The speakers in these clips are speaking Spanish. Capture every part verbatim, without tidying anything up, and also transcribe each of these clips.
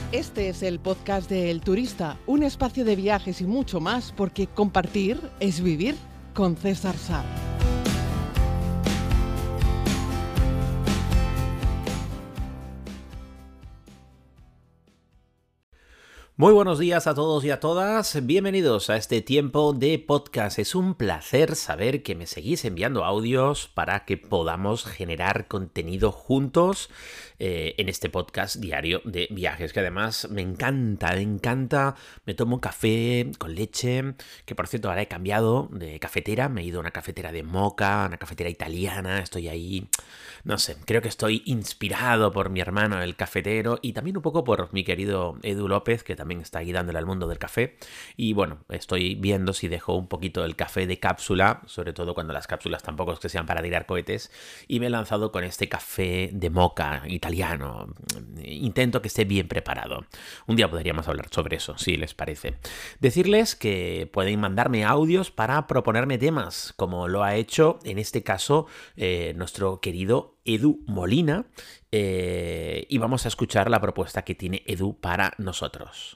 Este es el podcast de El Turista, un espacio de viajes y mucho más, porque compartir es vivir, con César Sá. Muy buenos días a todos y a todas, bienvenidos a este tiempo de podcast. Es un placer saber que me seguís enviando audios para que podamos generar contenido juntos eh, en este podcast diario de viajes, que además me encanta, me encanta. Me tomo café con leche, que por cierto ahora he cambiado de cafetera, me he ido a una cafetera de moca, una cafetera italiana, estoy ahí, no sé, creo que estoy inspirado por mi hermano el cafetero y también un poco por mi querido Edu López, que también está ahí dándole al mundo del café. Y bueno, estoy viendo si dejo un poquito el café de cápsula, sobre todo cuando las cápsulas tampoco es que sean para tirar cohetes, y me he lanzado con este café de moca italiano. Intento que esté bien preparado. Un día podríamos hablar sobre eso, si les parece. Decirles que pueden mandarme audios para proponerme temas, como lo ha hecho en este caso eh, nuestro querido Edu Molina, eh, y vamos a escuchar la propuesta que tiene Edu para nosotros.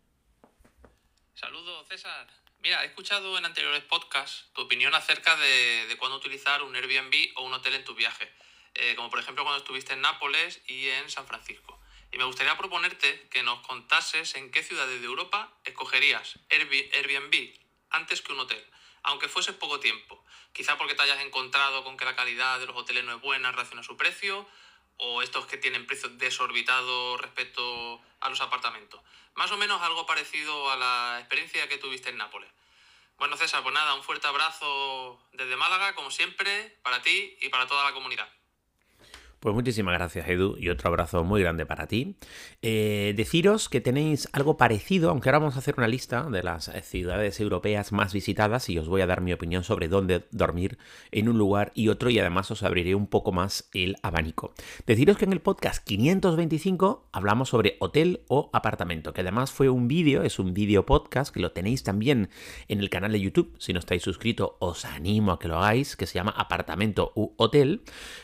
Saludos, César. Mira, he escuchado en anteriores podcasts tu opinión acerca de, de cuándo utilizar un Airbnb o un hotel en tu viaje, eh, como por ejemplo cuando estuviste en Nápoles y en San Francisco. Y me gustaría proponerte que nos contases en qué ciudades de Europa escogerías Airbnb antes que un hotel, aunque fuese poco tiempo. Quizá porque te hayas encontrado con que la calidad de los hoteles no es buena en relación a su precio, o estos que tienen precios desorbitados respecto a los apartamentos. Más o menos algo parecido a la experiencia que tuviste en Nápoles. Bueno, César, pues nada, un fuerte abrazo desde Málaga, como siempre, para ti y para toda la comunidad. Pues muchísimas gracias, Edu, y otro abrazo muy grande para ti. Eh, deciros que tenéis algo parecido, aunque ahora vamos a hacer una lista de las ciudades europeas más visitadas y os voy a dar mi opinión sobre dónde dormir en un lugar y otro, y además os abriré un poco más el abanico. Deciros que en el podcast quinientos veinticinco hablamos sobre hotel o apartamento, que además fue un vídeo, es un vídeo podcast que lo tenéis también en el canal de YouTube. Si no estáis suscritos, os animo a que lo hagáis, que se llama Apartamento u Hotel,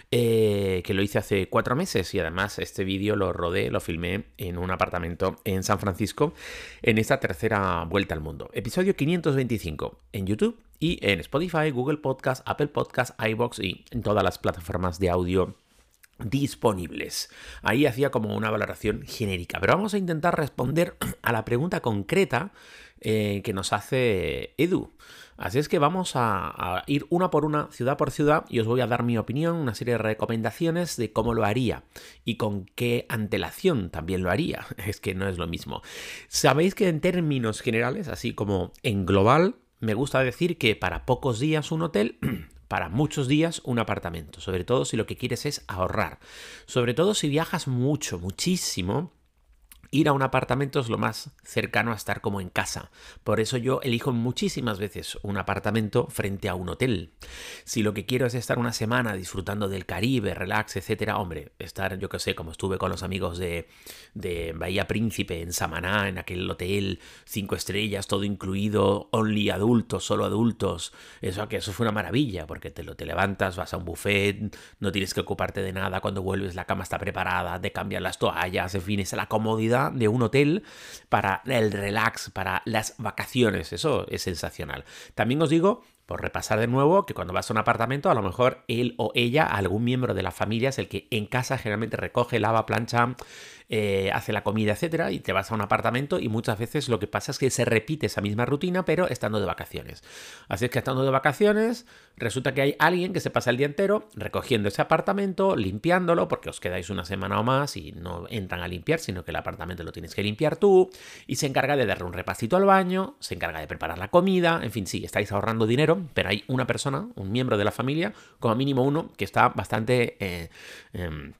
eh, que lo hice hace cuatro meses y además este vídeo lo rodé, lo filmé en un apartamento en San Francisco en esta tercera vuelta al mundo. Episodio quinientos veinticinco en YouTube y en Spotify, Google Podcast, Apple Podcast, iVoox y en todas las plataformas de audio disponibles. Ahí hacía como una valoración genérica, pero vamos a intentar responder a la pregunta concreta eh, que nos hace Edu. Así es que vamos a, a ir una por una, ciudad por ciudad, y os voy a dar mi opinión, una serie de recomendaciones de cómo lo haría y con qué antelación también lo haría. Es que no es lo mismo. Sabéis que en términos generales, así como en global, me gusta decir que para pocos días un hotel, para muchos días un apartamento, sobre todo si lo que quieres es ahorrar. Sobre todo si viajas mucho, muchísimo. Ir a un apartamento es lo más cercano a estar como en casa. Por eso yo elijo muchísimas veces un apartamento frente a un hotel. Si lo que quiero es estar una semana disfrutando del Caribe, relax, etcétera, hombre, estar, yo qué sé, como estuve con los amigos de, de Bahía Príncipe, en Samaná, en aquel hotel, cinco estrellas, todo incluido, only adultos, solo adultos. Eso, que eso fue una maravilla, porque te, lo, te levantas, vas a un buffet, no tienes que ocuparte de nada, cuando vuelves la cama está preparada, te cambian las toallas, en fin, es la comodidad de un hotel para el relax, para las vacaciones. Eso es sensacional. También os digo, por repasar de nuevo, que cuando vas a un apartamento, a lo mejor él o ella, algún miembro de la familia, es el que en casa generalmente recoge, lava, plancha, eh, hace la comida, etcétera, y te vas a un apartamento y muchas veces lo que pasa es que se repite esa misma rutina, pero estando de vacaciones. Así es que estando de vacaciones, resulta que hay alguien que se pasa el día entero recogiendo ese apartamento, limpiándolo, porque os quedáis una semana o más y no entran a limpiar, sino que el apartamento lo tienes que limpiar tú, y se encarga de darle un repasito al baño, se encarga de preparar la comida, en fin, sí, estáis ahorrando dinero, pero hay una persona, un miembro de la familia, como mínimo uno, que está bastante eh, eh,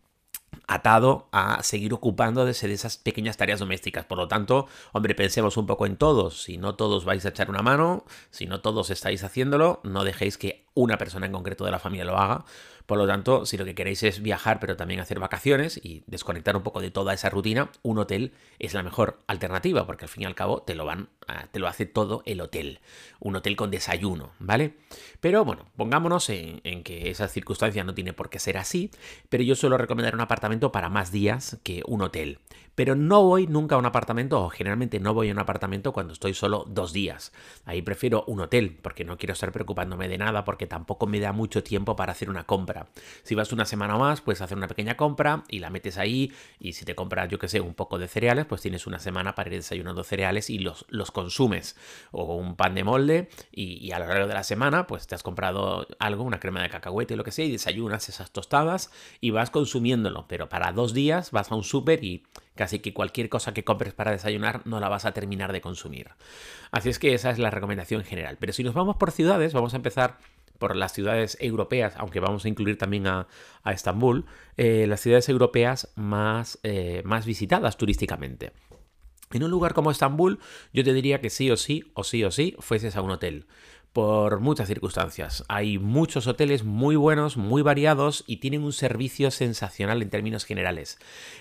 atado a seguir ocupándose de esas pequeñas tareas domésticas. Por lo tanto, hombre, pensemos un poco en todos. Si no todos vais a echar una mano, si no todos estáis haciéndolo, no dejéis que una persona en concreto de la familia lo haga, Por lo tanto, si lo que queréis es viajar pero también hacer vacaciones y desconectar un poco de toda esa rutina, un hotel es la mejor alternativa porque al fin y al cabo te lo van a, te lo hace todo el hotel. Un hotel con desayuno, ¿vale? Pero bueno, pongámonos en, en que esa circunstancia no tiene por qué ser así, pero yo suelo recomendar un apartamento para más días que un hotel. Pero no voy nunca a un apartamento, o generalmente no voy a un apartamento cuando estoy solo dos días. Ahí prefiero un hotel, porque no quiero estar preocupándome de nada, porque tampoco me da mucho tiempo para hacer una compra. Si vas una semana o más, puedes hacer una pequeña compra y la metes ahí, y si te compras, yo que sé, un poco de cereales, pues tienes una semana para ir desayunando cereales y los, los consumes. O un pan de molde, y, y a lo largo de la semana, pues te has comprado algo, una crema de cacahuete o lo que sea, y desayunas esas tostadas y vas consumiéndolo. Pero para dos días vas a un súper y casi que cualquier cosa que compres para desayunar no la vas a terminar de consumir. Así es que esa es la recomendación general. Pero si nos vamos por ciudades, vamos a empezar por las ciudades europeas, aunque vamos a incluir también a, a Estambul, eh, las ciudades europeas más, eh, más visitadas turísticamente. En un lugar como Estambul, yo te diría que sí o sí, o sí o sí, fueses a un hotel. Por muchas circunstancias. Hay muchos hoteles muy buenos, muy variados y tienen un servicio sensacional en términos generales.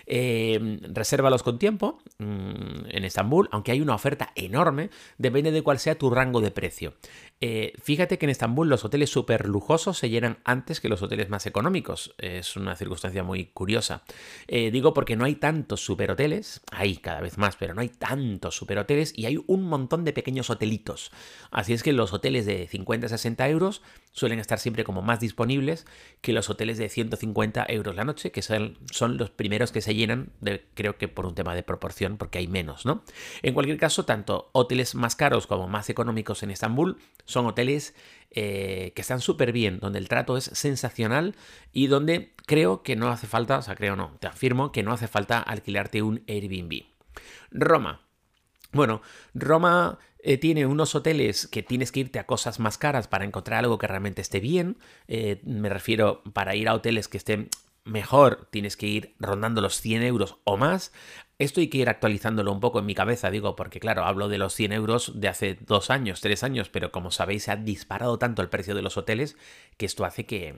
Eh, resérvalos con tiempo mmm, en Estambul, aunque hay una oferta enorme, depende de cuál sea tu rango de precio. Eh, fíjate que en Estambul los hoteles súper lujosos se llenan antes que los hoteles más económicos. Es una circunstancia muy curiosa. Eh, digo porque no hay tantos superhoteles, hay cada vez más, pero no hay tantos superhoteles y hay un montón de pequeños hotelitos. Así es que los hoteles de cincuenta a sesenta euros suelen estar siempre como más disponibles que los hoteles de ciento cincuenta euros la noche, que son, son los primeros que se llenan, de, creo que por un tema de proporción, porque hay menos, ¿no? En cualquier caso, tanto hoteles más caros como más económicos en Estambul son hoteles eh, que están súper bien, donde el trato es sensacional y donde creo que no hace falta, o sea, creo no, te afirmo que no hace falta alquilarte un Airbnb. Roma. Bueno, Roma eh, tiene unos hoteles que tienes que irte a cosas más caras para encontrar algo que realmente esté bien. Eh, me refiero, para ir a hoteles que estén mejor, tienes que ir rondando los cien euros o más. Esto hay que ir actualizándolo un poco en mi cabeza, digo, porque claro, hablo de los cien euros de hace dos años, tres años, pero como sabéis se ha disparado tanto el precio de los hoteles que esto hace que...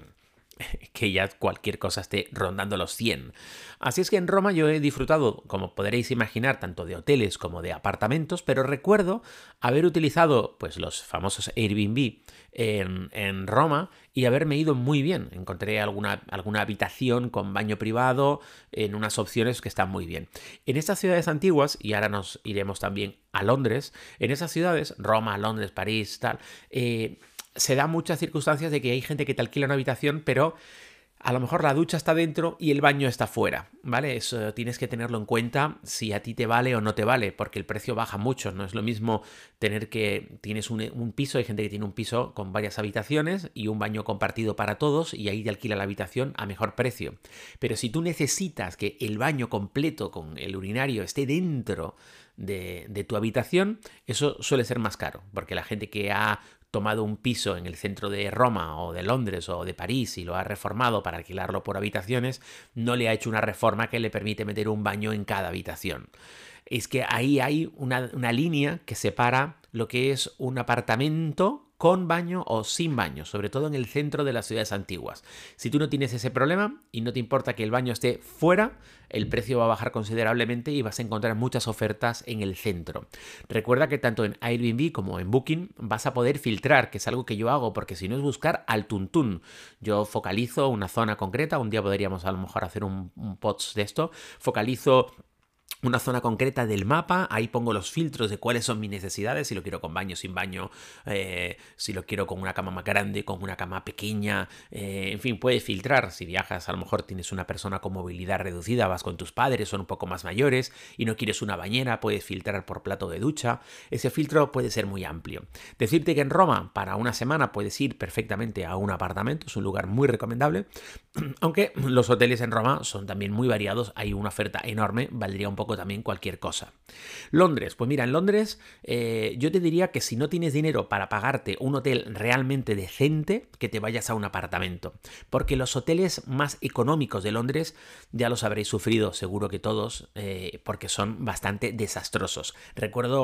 que ya cualquier cosa esté rondando los cien. Así es que en Roma yo he disfrutado, como podréis imaginar, tanto de hoteles como de apartamentos, pero recuerdo haber utilizado pues los famosos Airbnb en, en Roma y haberme ido muy bien. Encontré alguna, alguna habitación con baño privado en unas opciones que están muy bien. En estas ciudades antiguas, y ahora nos iremos también a Londres, en esas ciudades, Roma, Londres, París, tal, eh, se da muchas circunstancias de que hay gente que te alquila una habitación, pero a lo mejor la ducha está dentro y el baño está fuera, ¿vale? Eso tienes que tenerlo en cuenta si a ti te vale o no te vale, porque el precio baja mucho. No es lo mismo tener que... Tienes un, un piso, hay gente que tiene un piso con varias habitaciones y un baño compartido para todos y ahí te alquila la habitación a mejor precio. Pero si tú necesitas que el baño completo con el urinario esté dentro de, de tu habitación, eso suele ser más caro, porque la gente que ha tomado un piso en el centro de Roma o de Londres o de París y lo ha reformado para alquilarlo por habitaciones, no le ha hecho una reforma que le permite meter un baño en cada habitación. Es que ahí hay una, una línea que separa lo que es un apartamento con baño o sin baño, sobre todo en el centro de las ciudades antiguas. Si tú no tienes ese problema y no te importa que el baño esté fuera, el precio va a bajar considerablemente y vas a encontrar muchas ofertas en el centro. Recuerda que tanto en Airbnb como en Booking vas a poder filtrar, que es algo que yo hago, porque si no es buscar al tuntún. Yo focalizo una zona concreta, un día podríamos a lo mejor hacer un, un post de esto, focalizo una zona concreta del mapa, ahí pongo los filtros de cuáles son mis necesidades, si lo quiero con baño, sin baño, eh, si lo quiero con una cama más grande, con una cama pequeña, eh, en fin, puedes filtrar. Si viajas, a lo mejor tienes una persona con movilidad reducida, vas con tus padres, son un poco más mayores y no quieres una bañera, puedes filtrar por plato de ducha. Ese filtro puede ser muy amplio. Decirte que en Roma, para una semana, puedes ir perfectamente a un apartamento, es un lugar muy recomendable, aunque los hoteles en Roma son también muy variados, hay una oferta enorme, valdría un poco también cualquier cosa. Londres, pues mira, en Londres eh, yo te diría que si no tienes dinero para pagarte un hotel realmente decente, que te vayas a un apartamento, porque los hoteles más económicos de Londres ya los habréis sufrido seguro que todos, eh, porque son bastante desastrosos. Recuerdo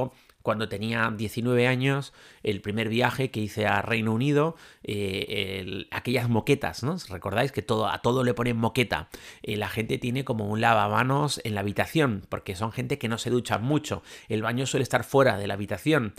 cuando tenía diecinueve años, el primer viaje que hice a Reino Unido, eh, el, aquellas moquetas, ¿no? ¿Recordáis que todo, a todo le ponen moqueta? Eh, la gente tiene como un lavamanos en la habitación, porque son gente que no se duchan mucho. El baño suele estar fuera de la habitación.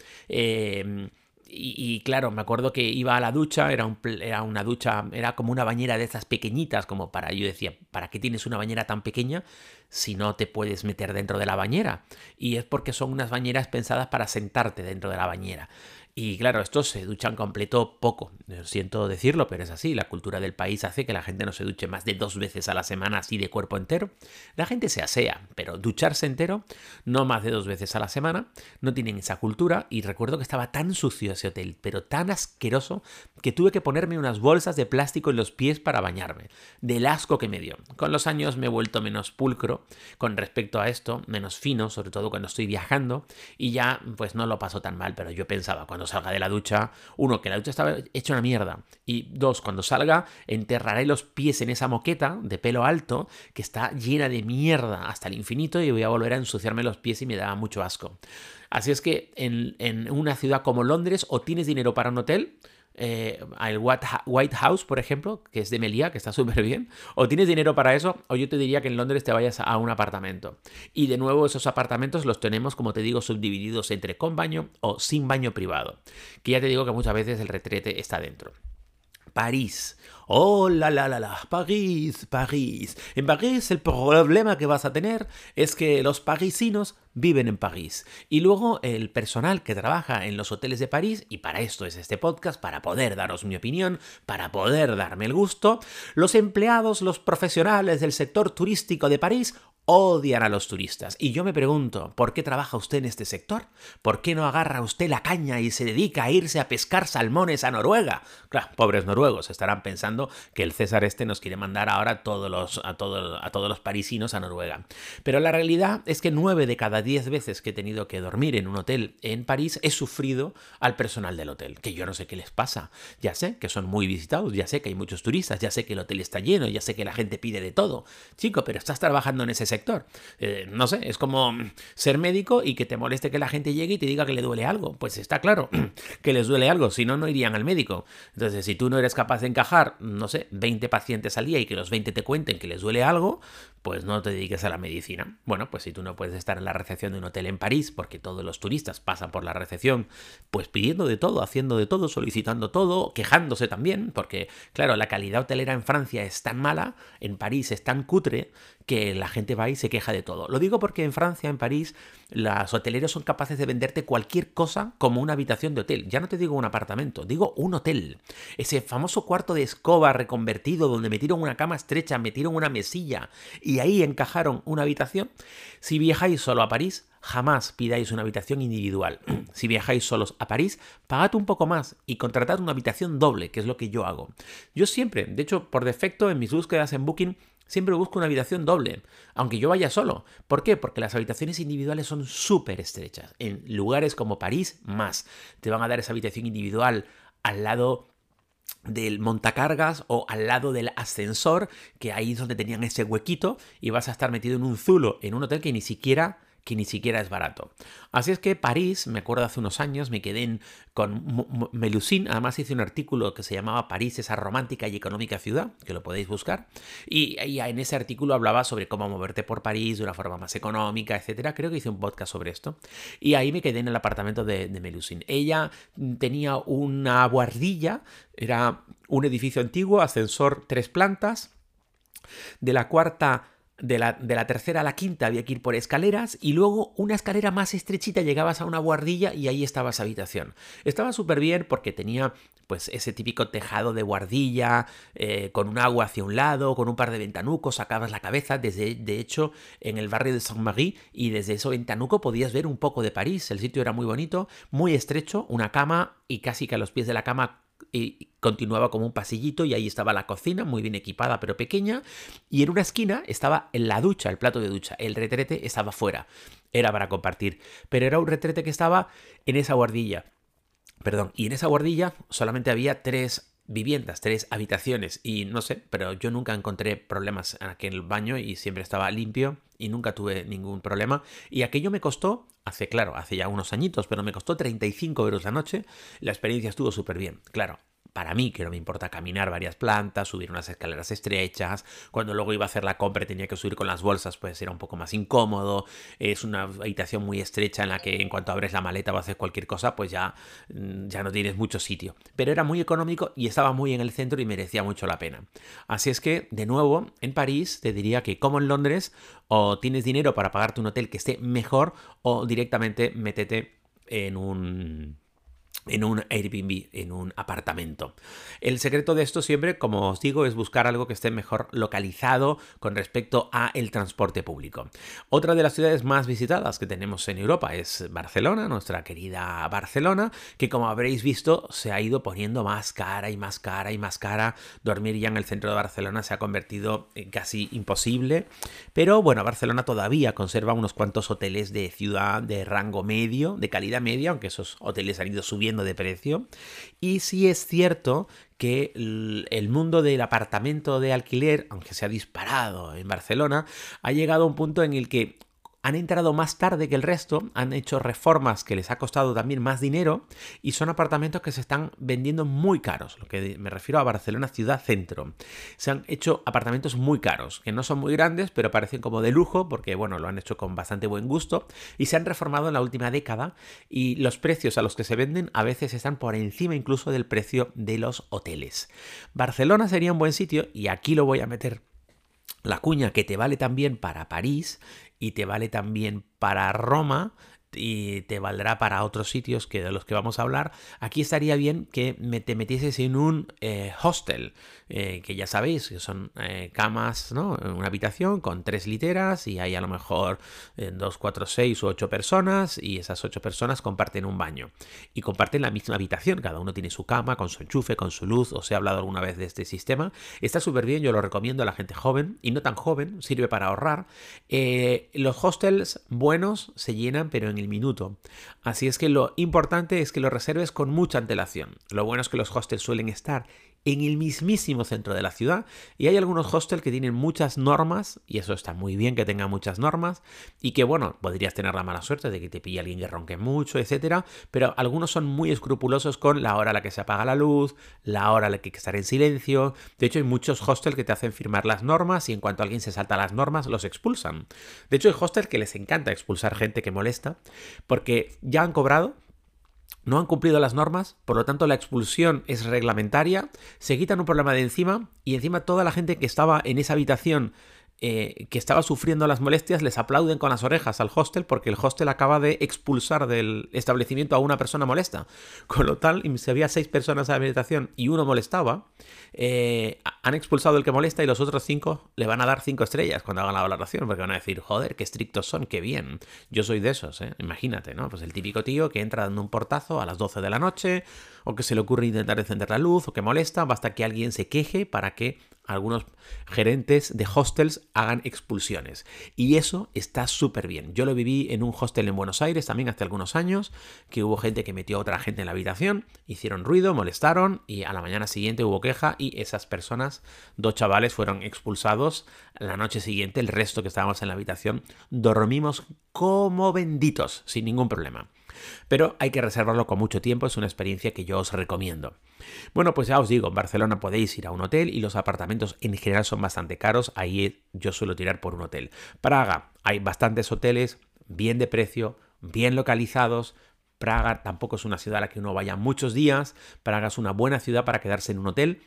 Eh, Y, y claro, me acuerdo que iba a la ducha, era, un, era una ducha, era como una bañera de esas pequeñitas, como para, yo decía, ¿para qué tienes una bañera tan pequeña si no te puedes meter dentro de la bañera? Y es porque son unas bañeras pensadas para sentarte dentro de la bañera. Y claro, estos se duchan completo poco. Siento decirlo, pero es así. La cultura del país hace que la gente no se duche más de dos veces a la semana así de cuerpo entero. La gente se asea, pero ducharse entero no más de dos veces a la semana. No tienen esa cultura. Y recuerdo que estaba tan sucio ese hotel, pero tan asqueroso, que tuve que ponerme unas bolsas de plástico en los pies para bañarme. Del asco que me dio. Con los años me he vuelto menos pulcro con respecto a esto, menos fino, sobre todo cuando estoy viajando. Y ya pues no lo paso tan mal, pero yo pensaba cuando Cuando salga de la ducha, uno, que la ducha estaba hecha una mierda, y dos, cuando salga enterraré los pies en esa moqueta de pelo alto que está llena de mierda hasta el infinito y voy a volver a ensuciarme los pies y me daba mucho asco. Así es que en, en una ciudad como Londres, o tienes dinero para un hotel, eh, el White House, por ejemplo, que es de Meliá, que está súper bien, o tienes dinero para eso, o yo te diría que en Londres te vayas a un apartamento. Y de nuevo esos apartamentos los tenemos, como te digo, subdivididos entre con baño o sin baño privado, que ya te digo que muchas veces el retrete está dentro. París. Oh, la, la, la, la. París, París. En París el problema que vas a tener es que los parisinos viven en París. Y luego el personal que trabaja en los hoteles de París, y para esto es este podcast, para poder daros mi opinión, para poder darme el gusto, los empleados, los profesionales del sector turístico de París odian a los turistas. Y yo me pregunto, ¿por qué trabaja usted en este sector? ¿Por qué no agarra usted la caña y se dedica a irse a pescar salmones a Noruega? Claro, pobres noruegos, estarán pensando que el César este nos quiere mandar ahora a todos los, a todos, a todos los parisinos a Noruega. Pero la realidad es que nueve de cada diez veces que he tenido que dormir en un hotel en París he sufrido al personal del hotel, que yo no sé qué les pasa. Ya sé que son muy visitados, ya sé que hay muchos turistas, ya sé que el hotel está lleno, ya sé que la gente pide de todo. Chico, pero estás trabajando en ese sector. Eh, no sé, es como ser médico y que te moleste que la gente llegue y te diga que le duele algo. Pues está claro que les duele algo, si no, no irían al médico. Entonces, si tú no eres capaz de encajar, no sé, veinte pacientes al día y que los veinte te cuenten que les duele algo, pues no te dediques a la medicina. Bueno, pues si tú no puedes estar en la recepción de un hotel en París, porque todos los turistas pasan por la recepción, pues pidiendo de todo, haciendo de todo, solicitando todo, quejándose también, porque claro, la calidad hotelera en Francia es tan mala, en París es tan cutre, que la gente va y se queja de todo. Lo digo porque en Francia, en París, los hoteleros son capaces de venderte cualquier cosa como una habitación de hotel. Ya no te digo un apartamento, digo un hotel. Ese famoso cuarto de escoba reconvertido donde metieron una cama estrecha, metieron una mesilla y ahí encajaron una habitación. Si viajáis solo a París, jamás pidáis una habitación individual. Si viajáis solos a París, pagad un poco más y contratad una habitación doble, que es lo que yo hago. Yo siempre, de hecho, por defecto, en mis búsquedas en Booking, siempre busco una habitación doble, aunque yo vaya solo. ¿Por qué? Porque las habitaciones individuales son súper estrechas. En lugares como París, más. Te van a dar esa habitación individual al lado del montacargas o al lado del ascensor, que ahí es donde tenían ese huequito, y vas a estar metido en un zulo, en un hotel que ni siquiera... que ni siquiera es barato. Así es que París, me acuerdo hace unos años, me quedé en, con Melusine, además hice un artículo que se llamaba París, esa romántica y económica ciudad, que lo podéis buscar, y, y en ese artículo hablaba sobre cómo moverte por París de una forma más económica, etcétera. Creo que hice un podcast sobre esto, y ahí me quedé en el apartamento de, de Melusine. Ella tenía una buhardilla, era un edificio antiguo, ascensor tres plantas, de la cuarta... De la, de la tercera a la quinta había que ir por escaleras y luego una escalera más estrechita llegabas a una buhardilla y ahí estaba esa habitación. Estaba súper bien porque tenía pues ese típico tejado de buhardilla, eh, con un agua hacia un lado, con un par de ventanucos, sacabas la cabeza, desde, de hecho, en el barrio de Saint-Marie, y desde ese ventanuco podías ver un poco de París. El sitio era muy bonito, muy estrecho, una cama y casi que a los pies de la cama y continuaba como un pasillito y ahí estaba la cocina, muy bien equipada pero pequeña, y en una esquina estaba en la ducha, el plato de ducha. El retrete estaba fuera, era para compartir, pero era un retrete que estaba en esa buhardilla. Perdón, y en esa buhardilla solamente había tres viviendas, tres habitaciones y no sé, pero yo nunca encontré problemas aquí en el baño y siempre estaba limpio y nunca tuve ningún problema. Y aquello me costó, hace claro, hace ya unos añitos, pero me costó treinta y cinco euros la noche. La experiencia estuvo súper bien, claro. Para mí, que no me importa caminar varias plantas, subir unas escaleras estrechas, cuando luego iba a hacer la compra y tenía que subir con las bolsas, pues era un poco más incómodo, es una habitación muy estrecha en la que en cuanto abres la maleta o haces cualquier cosa, pues ya, ya no tienes mucho sitio. Pero era muy económico y estaba muy en el centro y merecía mucho la pena. Así es que, de nuevo, en París te diría que como en Londres, o tienes dinero para pagarte un hotel que esté mejor o directamente métete en un... en un Airbnb, en un apartamento. El secreto de esto siempre, como os digo, es buscar algo que esté mejor localizado con respecto a el transporte público. Otra de las ciudades más visitadas que tenemos en Europa es Barcelona, nuestra querida Barcelona, que como habréis visto se ha ido poniendo más cara y más cara y más cara. Dormir ya en el centro de Barcelona se ha convertido en casi imposible, pero bueno, Barcelona todavía conserva unos cuantos hoteles de ciudad de rango medio, de calidad media, aunque esos hoteles han ido subiendo de precio. Y sí es cierto que el mundo del apartamento de alquiler, aunque se ha disparado en Barcelona, ha llegado a un punto en el que han entrado más tarde que el resto, han hecho reformas que les ha costado también más dinero y son apartamentos que se están vendiendo muy caros, lo que me refiero a Barcelona ciudad centro. Se han hecho apartamentos muy caros, que no son muy grandes, pero parecen como de lujo porque, bueno, lo han hecho con bastante buen gusto y se han reformado en la última década y los precios a los que se venden a veces están por encima incluso del precio de los hoteles. Barcelona sería un buen sitio y aquí lo voy a meter la cuña que te vale también para París y te vale también para Roma y te valdrá para otros sitios que de los que vamos a hablar. Aquí estaría bien que me, te metieses en un eh, hostel, eh, que ya sabéis que son eh, camas, ¿no? Una habitación con tres literas y hay a lo mejor eh, dos, cuatro, seis u ocho personas y esas ocho personas comparten un baño y comparten la misma habitación, cada uno tiene su cama con su enchufe, con su luz. Os he hablado alguna vez de este sistema, está súper bien, yo lo recomiendo a la gente joven y no tan joven, sirve para ahorrar. Eh, los hostels buenos se llenan pero en el minuto. Así es que lo importante es que lo reserves con mucha antelación. Lo bueno es que los hostels suelen estar en el mismísimo centro de la ciudad y hay algunos hostels que tienen muchas normas y eso está muy bien que tengan muchas normas y que bueno, podrías tener la mala suerte de que te pille alguien que ronque mucho, etcétera, pero algunos son muy escrupulosos con la hora a la que se apaga la luz, la hora a la que hay que estar en silencio. De hecho hay muchos hostels que te hacen firmar las normas y en cuanto alguien se salta las normas los expulsan. De hecho hay hostels que les encanta expulsar gente que molesta porque ya han cobrado, no han cumplido las normas, por lo tanto la expulsión es reglamentaria, se quitan un problema de encima y encima toda la gente que estaba en esa habitación eh, que estaba sufriendo las molestias les aplauden con las orejas al hostel porque el hostel acaba de expulsar del establecimiento a una persona molesta. Con lo tal, si había seis personas en la habitación y uno molestaba, eh, han expulsado el que molesta y los otros cinco le van a dar cinco estrellas cuando hagan la valoración porque van a decir, joder, qué estrictos son, qué bien. Yo soy de esos, ¿eh? Imagínate, ¿no? Pues el típico tío que entra dando un portazo a las doce de la noche o que se le ocurre intentar encender la luz o que molesta, basta que alguien se queje para que algunos gerentes de hostels hagan expulsiones. Y eso está súper bien. Yo lo viví en un hostel en Buenos Aires también hace algunos años, que hubo gente que metió a otra gente en la habitación, hicieron ruido, molestaron y a la mañana siguiente hubo queja y esas personas, dos chavales, fueron expulsados. La noche siguiente, el resto que estábamos en la habitación, dormimos como benditos, sin ningún problema. Pero hay que reservarlo con mucho tiempo, es una experiencia que yo os recomiendo. Bueno, pues ya os digo, en Barcelona podéis ir a un hotel y los apartamentos en general son bastante caros, ahí yo suelo tirar por un hotel. Praga, hay bastantes hoteles, bien de precio, bien localizados. Praga tampoco es una ciudad a la que uno vaya muchos días, Praga es una buena ciudad para quedarse en un hotel.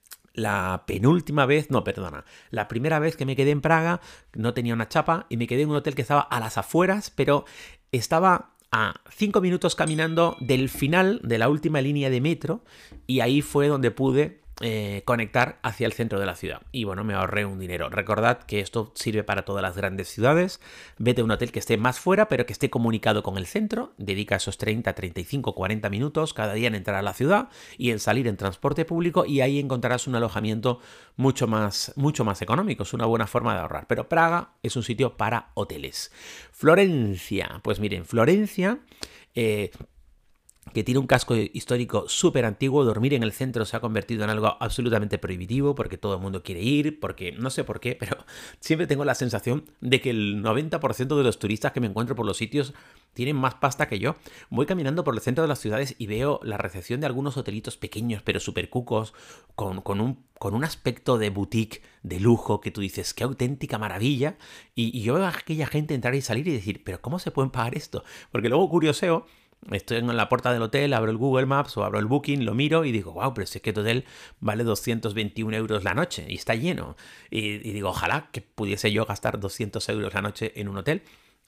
La penúltima vez, no, perdona, la primera vez que me quedé en Praga no tenía una chapa y me quedé en un hotel que estaba a las afueras, pero estaba a cinco minutos caminando del final de la última línea de metro y ahí fue donde pude eh, conectar hacia el centro de la ciudad. Y bueno, me ahorré un dinero. Recordad que esto sirve para todas las grandes ciudades. Vete a un hotel que esté más fuera, pero que esté comunicado con el centro. Dedica esos treinta, treinta y cinco, cuarenta minutos cada día en entrar a la ciudad y en salir en transporte público y ahí encontrarás un alojamiento mucho más, mucho más económico. Es una buena forma de ahorrar. Pero Praga es un sitio para hoteles. Florencia. Pues miren, Florencia... Eh, que tiene un casco histórico súper antiguo. Dormir en el centro se ha convertido en algo absolutamente prohibitivo porque todo el mundo quiere ir, porque no sé por qué, pero siempre tengo la sensación de que el noventa por ciento de los turistas que me encuentro por los sitios tienen más pasta que yo. Voy caminando por el centro de las ciudades y veo la recepción de algunos hotelitos pequeños pero súper cucos, con, con, un, con un aspecto de boutique, de lujo, que tú dices, qué auténtica maravilla. Y, y yo veo a aquella gente entrar y salir y decir, pero ¿cómo se pueden pagar esto? Porque luego curioseo, estoy en la puerta del hotel, abro el Google Maps o abro el Booking, lo miro y digo, wow, pero si es que este hotel vale doscientos veintiún euros la noche y está lleno. Y, y digo, ojalá que pudiese yo gastar doscientos euros la noche en un hotel.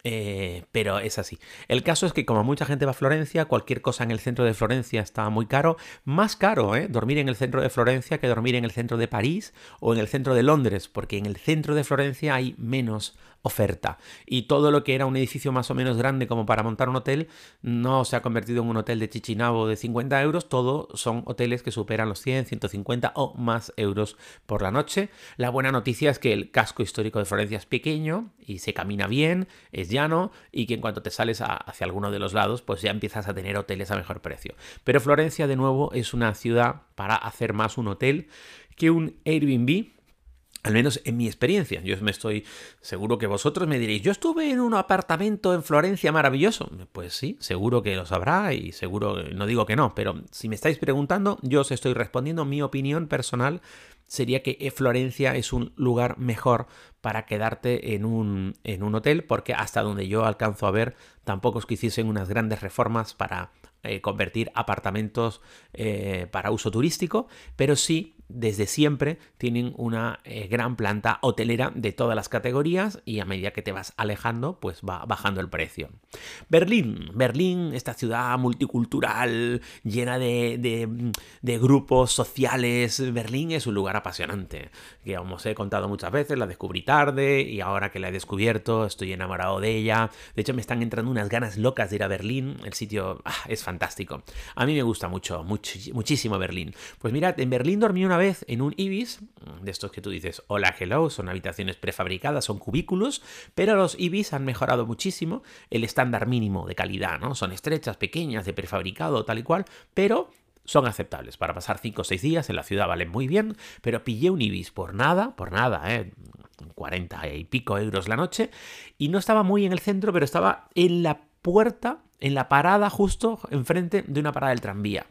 Eh, pero es así. El caso es que como mucha gente va a Florencia, cualquier cosa en el centro de Florencia está muy caro. Más caro, ¿eh? Dormir en el centro de Florencia que dormir en el centro de París o en el centro de Londres, porque en el centro de Florencia hay menos oferta. Y todo lo que era un edificio más o menos grande como para montar un hotel no se ha convertido en un hotel de Chichinabo de cincuenta euros. Todo son hoteles que superan los cien, ciento cincuenta o más euros por la noche. La buena noticia es que el casco histórico de Florencia es pequeño y se camina bien, es llano, y que en cuanto te sales a, hacia alguno de los lados, pues ya empiezas a tener hoteles a mejor precio. Pero Florencia, de nuevo, es una ciudad para hacer más un hotel que un Airbnb. Al menos en mi experiencia. Yo me estoy seguro que vosotros me diréis, yo estuve en un apartamento en Florencia maravilloso. Pues sí, seguro que lo sabrá y seguro, no digo que no, pero si me estáis preguntando, yo os estoy respondiendo. Mi opinión personal sería que Florencia es un lugar mejor para quedarte en un, en un hotel, porque hasta donde yo alcanzo a ver, tampoco es que hiciesen unas grandes reformas para eh, convertir apartamentos eh, para uso turístico, pero sí, desde siempre tienen una eh, gran planta hotelera de todas las categorías, y a medida que te vas alejando, pues va bajando el precio. Berlín, Berlín, esta ciudad multicultural, llena de, de, de grupos sociales. Berlín es un lugar apasionante, que como os he contado muchas veces, la descubrí tarde y ahora que la he descubierto estoy enamorado de ella. De hecho, me están entrando unas ganas locas de ir a Berlín. El sitio ah, es fantástico. A mí me gusta mucho, much muchísimo Berlín. Pues mirad, en Berlín dormí una vez en un Ibis, de estos que tú dices, hola, hello, son habitaciones prefabricadas, son cubículos, pero los Ibis han mejorado muchísimo el estándar mínimo de calidad, ¿no? Son estrechas, pequeñas, de prefabricado, tal y cual, pero son aceptables. Para pasar cinco o seis días en la ciudad valen muy bien, pero pillé un Ibis por nada, por nada, ¿eh? cuarenta y pico euros la noche, y no estaba muy en el centro, pero estaba en la puerta, en la parada justo enfrente de una parada del tranvía.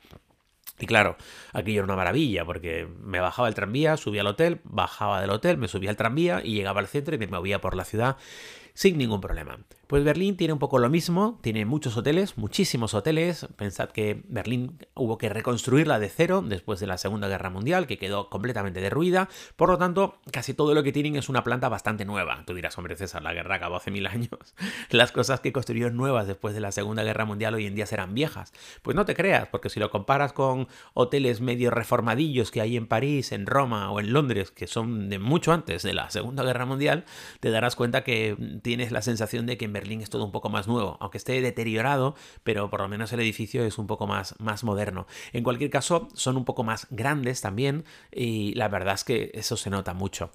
Y claro, aquello era una maravilla, porque me bajaba el tranvía, subía al hotel, bajaba del hotel, me subía al tranvía y llegaba al centro y me movía por la ciudad sin ningún problema. Pues Berlín tiene un poco lo mismo, tiene muchos hoteles, muchísimos hoteles. Pensad que Berlín hubo que reconstruirla de cero después de la Segunda Guerra Mundial, que quedó completamente derruida. Por lo tanto, casi todo lo que tienen es una planta bastante nueva. Tú dirás, hombre, César, la guerra acabó hace mil años. Las cosas que construyeron nuevas después de la Segunda Guerra Mundial hoy en día serán viejas. Pues no te creas, porque si lo comparas con hoteles medio reformadillos que hay en París, en Roma o en Londres, que son de mucho antes de la Segunda Guerra Mundial, te darás cuenta que tienes la sensación de que en Berlín es todo un poco más nuevo, aunque esté deteriorado, pero por lo menos el edificio es un poco más, más moderno. En cualquier caso, son un poco más grandes también, y la verdad es que eso se nota mucho.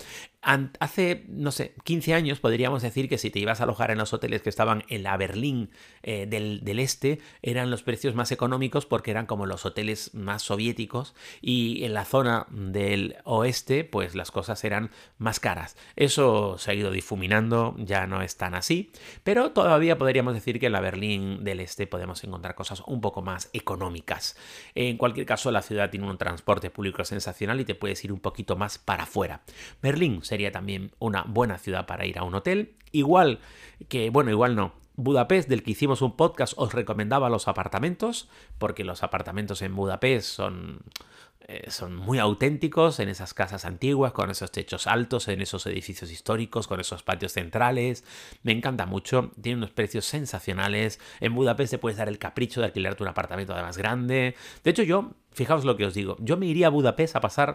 Hace, no sé, quince años podríamos decir que si te ibas a alojar en los hoteles que estaban en la Berlín eh, del, del Este, eran los precios más económicos porque eran como los hoteles más soviéticos, y en la zona del oeste pues las cosas eran más caras. Eso se ha ido difuminando, ya no es tan así, pero todavía podríamos decir que en la Berlín del Este podemos encontrar cosas un poco más económicas. En cualquier caso, la ciudad tiene un transporte público sensacional y te puedes ir un poquito más para afuera. Berlín sería también una buena ciudad para ir a un hotel, igual que, bueno, igual no. Budapest, del que hicimos un podcast, os recomendaba los apartamentos, porque los apartamentos en Budapest son, eh, son muy auténticos, en esas casas antiguas, con esos techos altos, en esos edificios históricos, con esos patios centrales. Me encanta mucho, tiene unos precios sensacionales. En Budapest te puedes dar el capricho de alquilarte un apartamento además grande. De hecho, yo, fijaos lo que os digo, yo me iría a Budapest a pasar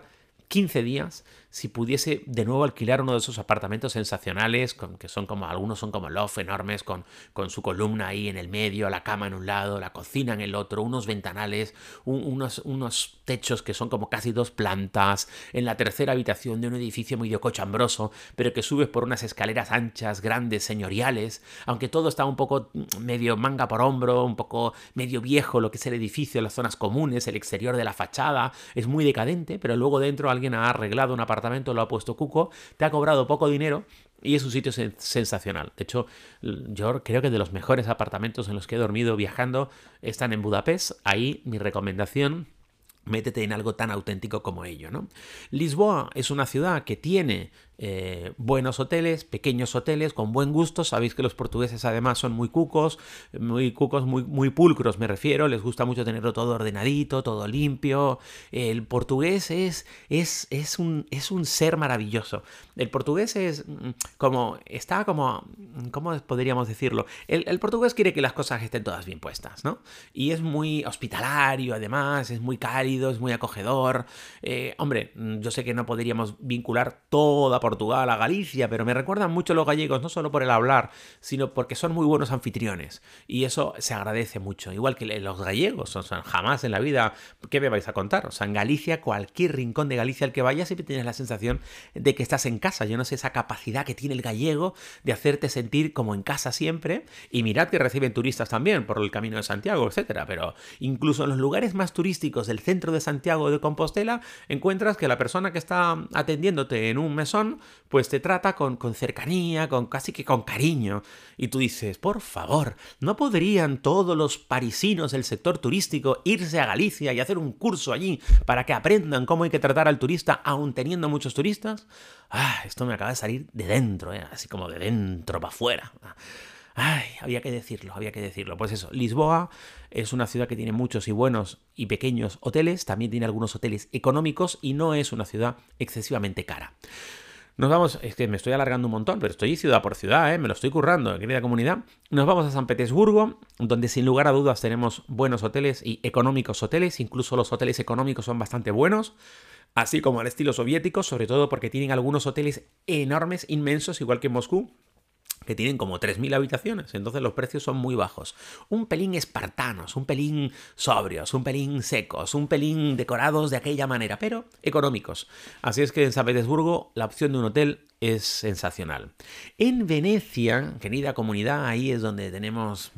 quince días si pudiese de nuevo alquilar uno de esos apartamentos sensacionales, con, que son como, algunos son como loft enormes, con, con su columna ahí en el medio, la cama en un lado, la cocina en el otro, unos ventanales, un, unos, unos techos que son como casi dos plantas, en la tercera habitación de un edificio medio cochambroso, pero que subes por unas escaleras anchas, grandes, señoriales, aunque todo está un poco medio manga por hombro, un poco medio viejo, lo que es el edificio, las zonas comunes, el exterior de la fachada, es muy decadente, pero luego dentro alguien ha arreglado un apartamento, lo ha puesto cuco, te ha cobrado poco dinero y es un sitio sen- sensacional. De hecho, yo creo que de los mejores apartamentos en los que he dormido viajando están en Budapest. Ahí mi recomendación: métete en algo tan auténtico como ello, ¿no? Lisboa es una ciudad que tiene eh, buenos hoteles, pequeños hoteles con buen gusto. Sabéis que los portugueses además son muy cucos, muy cucos, muy, muy pulcros me refiero. Les gusta mucho tenerlo todo ordenadito, todo limpio. El portugués es, es, es, un, es un ser maravilloso. El portugués es como, está como, ¿cómo podríamos decirlo? El, el portugués quiere que las cosas estén todas bien puestas, ¿no? Y es muy hospitalario además, es muy cálido, es muy acogedor. Eh, hombre, yo sé que no podríamos vincular toda Portugal a Galicia, pero me recuerdan mucho los gallegos, no solo por el hablar, sino porque son muy buenos anfitriones. Y eso se agradece mucho. Igual que los gallegos, o sea, jamás en la vida, ¿qué me vais a contar? O sea, en Galicia, cualquier rincón de Galicia al que vayas, siempre tienes la sensación de que estás en casa. Yo no sé esa capacidad que tiene el gallego de hacerte sentir como en casa siempre. Y mirad que reciben turistas también por el Camino de Santiago, etcétera. Pero incluso en los lugares más turísticos del centro de Santiago de Compostela, encuentras que la persona que está atendiéndote en un mesón pues te trata con, con cercanía, con casi que con cariño. Y tú dices, por favor, ¿no podrían todos los parisinos del sector turístico irse a Galicia y hacer un curso allí para que aprendan cómo hay que tratar al turista aún teniendo muchos turistas? Ah, esto me acaba de salir de dentro, ¿eh? Así como de dentro para afuera. Ay, había que decirlo, había que decirlo. Pues eso, Lisboa es una ciudad que tiene muchos y buenos y pequeños hoteles, también tiene algunos hoteles económicos y no es una ciudad excesivamente cara. Nos vamos, es que me estoy alargando un montón, pero estoy ciudad por ciudad, ¿eh? Me lo estoy currando, querida comunidad. Nos vamos a San Petersburgo, donde sin lugar a dudas tenemos buenos hoteles y económicos hoteles, incluso los hoteles económicos son bastante buenos, así como al estilo soviético, sobre todo porque tienen algunos hoteles enormes, inmensos, igual que en Moscú, que tienen como tres mil habitaciones, entonces los precios son muy bajos. Un pelín espartanos, un pelín sobrios, un pelín secos, un pelín decorados de aquella manera, pero económicos. Así es que en San Petersburgo la opción de un hotel es sensacional. En Venecia, querida comunidad, ahí es donde tenemos...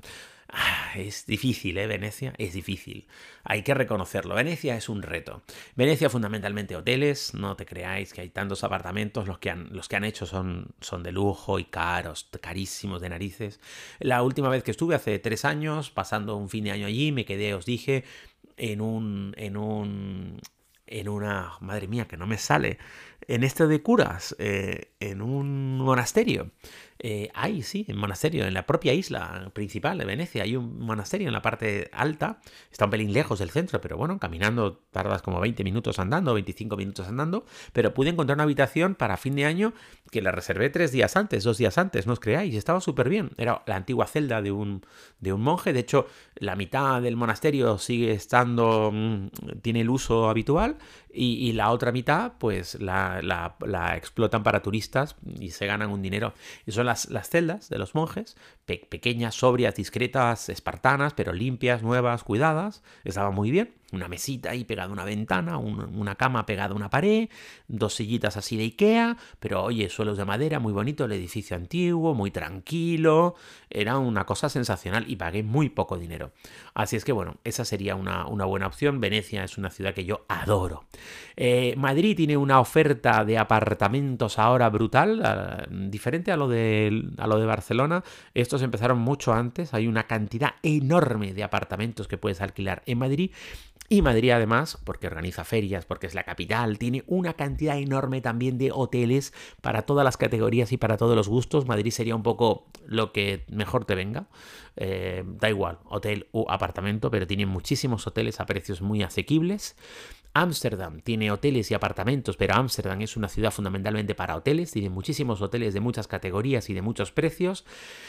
Ah, es difícil, ¿eh? Venecia es difícil. Hay que reconocerlo. Venecia es un reto. Venecia fundamentalmente hoteles. No te creáis que hay tantos apartamentos. Los que han, los que han hecho son, son de lujo y caros, carísimos de narices. La última vez que estuve, hace tres años, pasando un fin de año allí, me quedé, os dije, en un... en un en una, madre mía, que no me sale, en esto de curas, eh, en un monasterio. Eh, ahí sí, en monasterio, en la propia isla principal de Venecia, hay un monasterio en la parte alta, está un pelín lejos del centro, pero bueno, caminando tardas como veinte minutos andando, veinticinco minutos andando, pero pude encontrar una habitación para fin de año que la reservé tres días antes, dos días antes, no os creáis, estaba súper bien. Era la antigua celda de un, de un monje, de hecho, la mitad del monasterio sigue estando, mmm, tiene el uso habitual, y, y la otra mitad, pues la, la, la explotan para turistas y se ganan un dinero. Y son las, las celdas de los monjes, pe pequeñas, sobrias, discretas, espartanas, pero limpias, nuevas, cuidadas. Estaba muy bien. Una mesita ahí pegada a una ventana, un, una cama pegada a una pared, dos sillitas así de Ikea, pero oye, suelos de madera, muy bonito, el edificio antiguo, muy tranquilo, era una cosa sensacional y pagué muy poco dinero. Así es que bueno, esa sería una, una buena opción. Venecia es una ciudad que yo adoro. Eh, Madrid tiene una oferta de apartamentos ahora brutal, uh, diferente a lo, de, a lo de Barcelona. Estos empezaron mucho antes, hay una cantidad enorme de apartamentos que puedes alquilar en Madrid. Y Madrid además, porque organiza ferias, porque es la capital, tiene una cantidad enorme también de hoteles para todas las categorías y para todos los gustos. Madrid sería un poco lo que mejor te venga. Eh, da igual, hotel u apartamento, pero tiene muchísimos hoteles a precios muy asequibles. Ámsterdam tiene hoteles y apartamentos, pero Ámsterdam es una ciudad fundamentalmente para hoteles. Tiene muchísimos hoteles de muchas categorías y de muchos precios.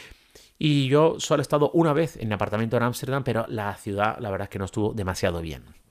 Y yo solo he estado una vez en apartamento en Ámsterdam, pero la ciudad, la verdad es que no estuvo demasiado bien.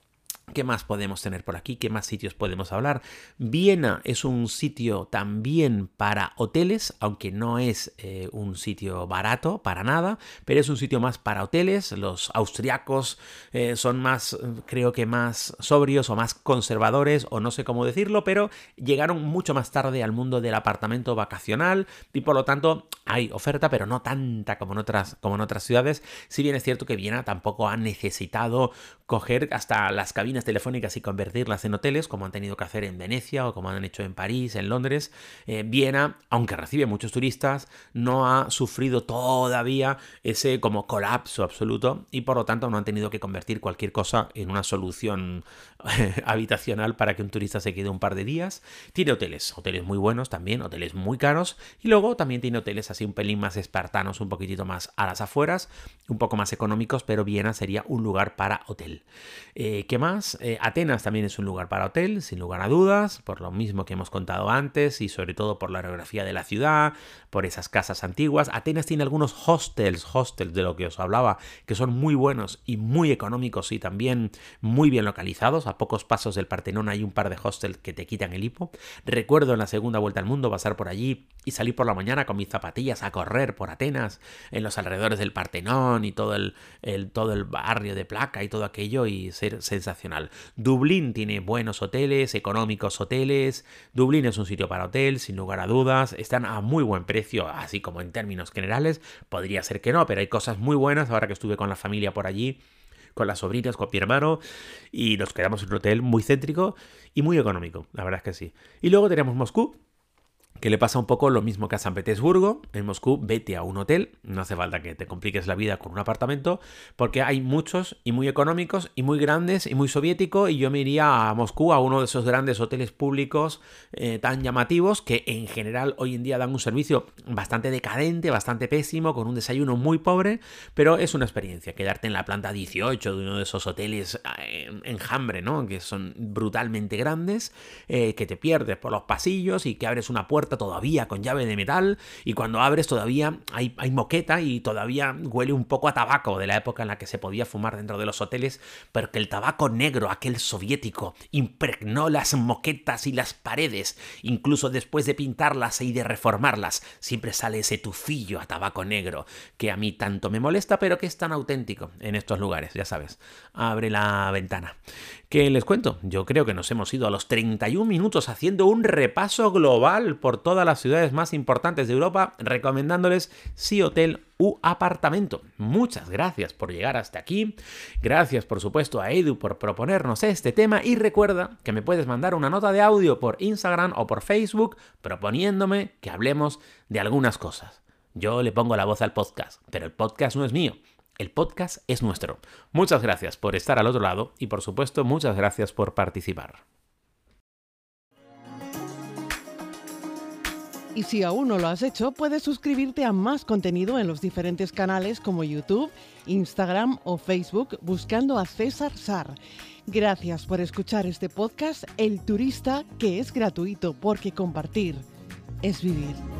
¿Qué más podemos tener por aquí? ¿Qué más sitios podemos hablar? Viena es un sitio también para hoteles, aunque no es eh, un sitio barato para nada, pero es un sitio más para hoteles. Los austriacos eh, son más, creo que más sobrios o más conservadores, o no sé cómo decirlo, pero llegaron mucho más tarde al mundo del apartamento vacacional y por lo tanto hay oferta, pero no tanta como en otras, como en otras ciudades. Si bien es cierto que Viena tampoco ha necesitado coger hasta las cabinas telefónicas y convertirlas en hoteles, como han tenido que hacer en Venecia o como han hecho en París, en Londres. eh, Viena, aunque recibe muchos turistas, no ha sufrido todavía ese como colapso absoluto y por lo tanto no han tenido que convertir cualquier cosa en una solución habitacional para que un turista se quede un par de días. Tiene hoteles, hoteles muy buenos también, hoteles muy caros, y luego también tiene hoteles así un pelín más espartanos, un poquitito más a las afueras, un poco más económicos, pero Viena sería un lugar para hotel. Eh, ¿Qué más? Eh, Atenas también es un lugar para hotel, sin lugar a dudas, por lo mismo que hemos contado antes y sobre todo por la orografía de la ciudad, por esas casas antiguas. Atenas tiene algunos hostels, hostels de lo que os hablaba, que son muy buenos y muy económicos y también muy bien localizados. A pocos pasos del Partenón hay un par de hostels que te quitan el hipo. Recuerdo en la segunda vuelta al mundo pasar por allí y salir por la mañana con mis zapatillas a correr por Atenas, en los alrededores del Partenón y todo el, el, todo el barrio de Placa y todo aquello, y ser sensacional. Dublín tiene buenos hoteles, económicos hoteles. Dublín es un sitio para hotel, sin lugar a dudas. Están a muy buen precio, así como en términos generales. Podría ser que no, pero hay cosas muy buenas. Ahora que estuve con la familia por allí, con las sobrinas, con mi hermano, y nos quedamos en un hotel muy céntrico y muy económico, la verdad es que sí. Y luego tenemos Moscú, que le pasa un poco lo mismo que a San Petersburgo. En Moscú vete a un hotel, no hace falta que te compliques la vida con un apartamento, porque hay muchos y muy económicos y muy grandes y muy soviético, y yo me iría a Moscú, a uno de esos grandes hoteles públicos eh, tan llamativos, que en general hoy en día dan un servicio bastante decadente, bastante pésimo, con un desayuno muy pobre, pero es una experiencia quedarte en la planta dieciocho de uno de esos hoteles en enjambre, ¿no? Que son brutalmente grandes, eh, que te pierdes por los pasillos y que abres una puerta todavía con llave de metal, y cuando abres todavía hay, hay moqueta y todavía huele un poco a tabaco de la época en la que se podía fumar dentro de los hoteles, pero que el tabaco negro, aquel soviético, impregnó las moquetas y las paredes. Incluso después de pintarlas y de reformarlas, siempre sale ese tufillo a tabaco negro que a mí tanto me molesta, pero que es tan auténtico en estos lugares, ya sabes. Abre la ventana. ¿Qué les cuento? Yo creo que nos hemos ido a los treinta y un minutos haciendo un repaso global por todas las ciudades más importantes de Europa, recomendándoles si hotel u apartamento. Muchas gracias por llegar hasta aquí. Gracias, por supuesto, a Edu por proponernos este tema, y recuerda que me puedes mandar una nota de audio por Instagram o por Facebook proponiéndome que hablemos de algunas cosas. Yo le pongo la voz al podcast, pero el podcast no es mío. El podcast es nuestro. Muchas gracias por estar al otro lado y, por supuesto, muchas gracias por participar. Y si aún no lo has hecho, puedes suscribirte a más contenido en los diferentes canales como YouTube, Instagram o Facebook buscando a César Sar. Gracias por escuchar este podcast El Turista, que es gratuito porque compartir es vivir.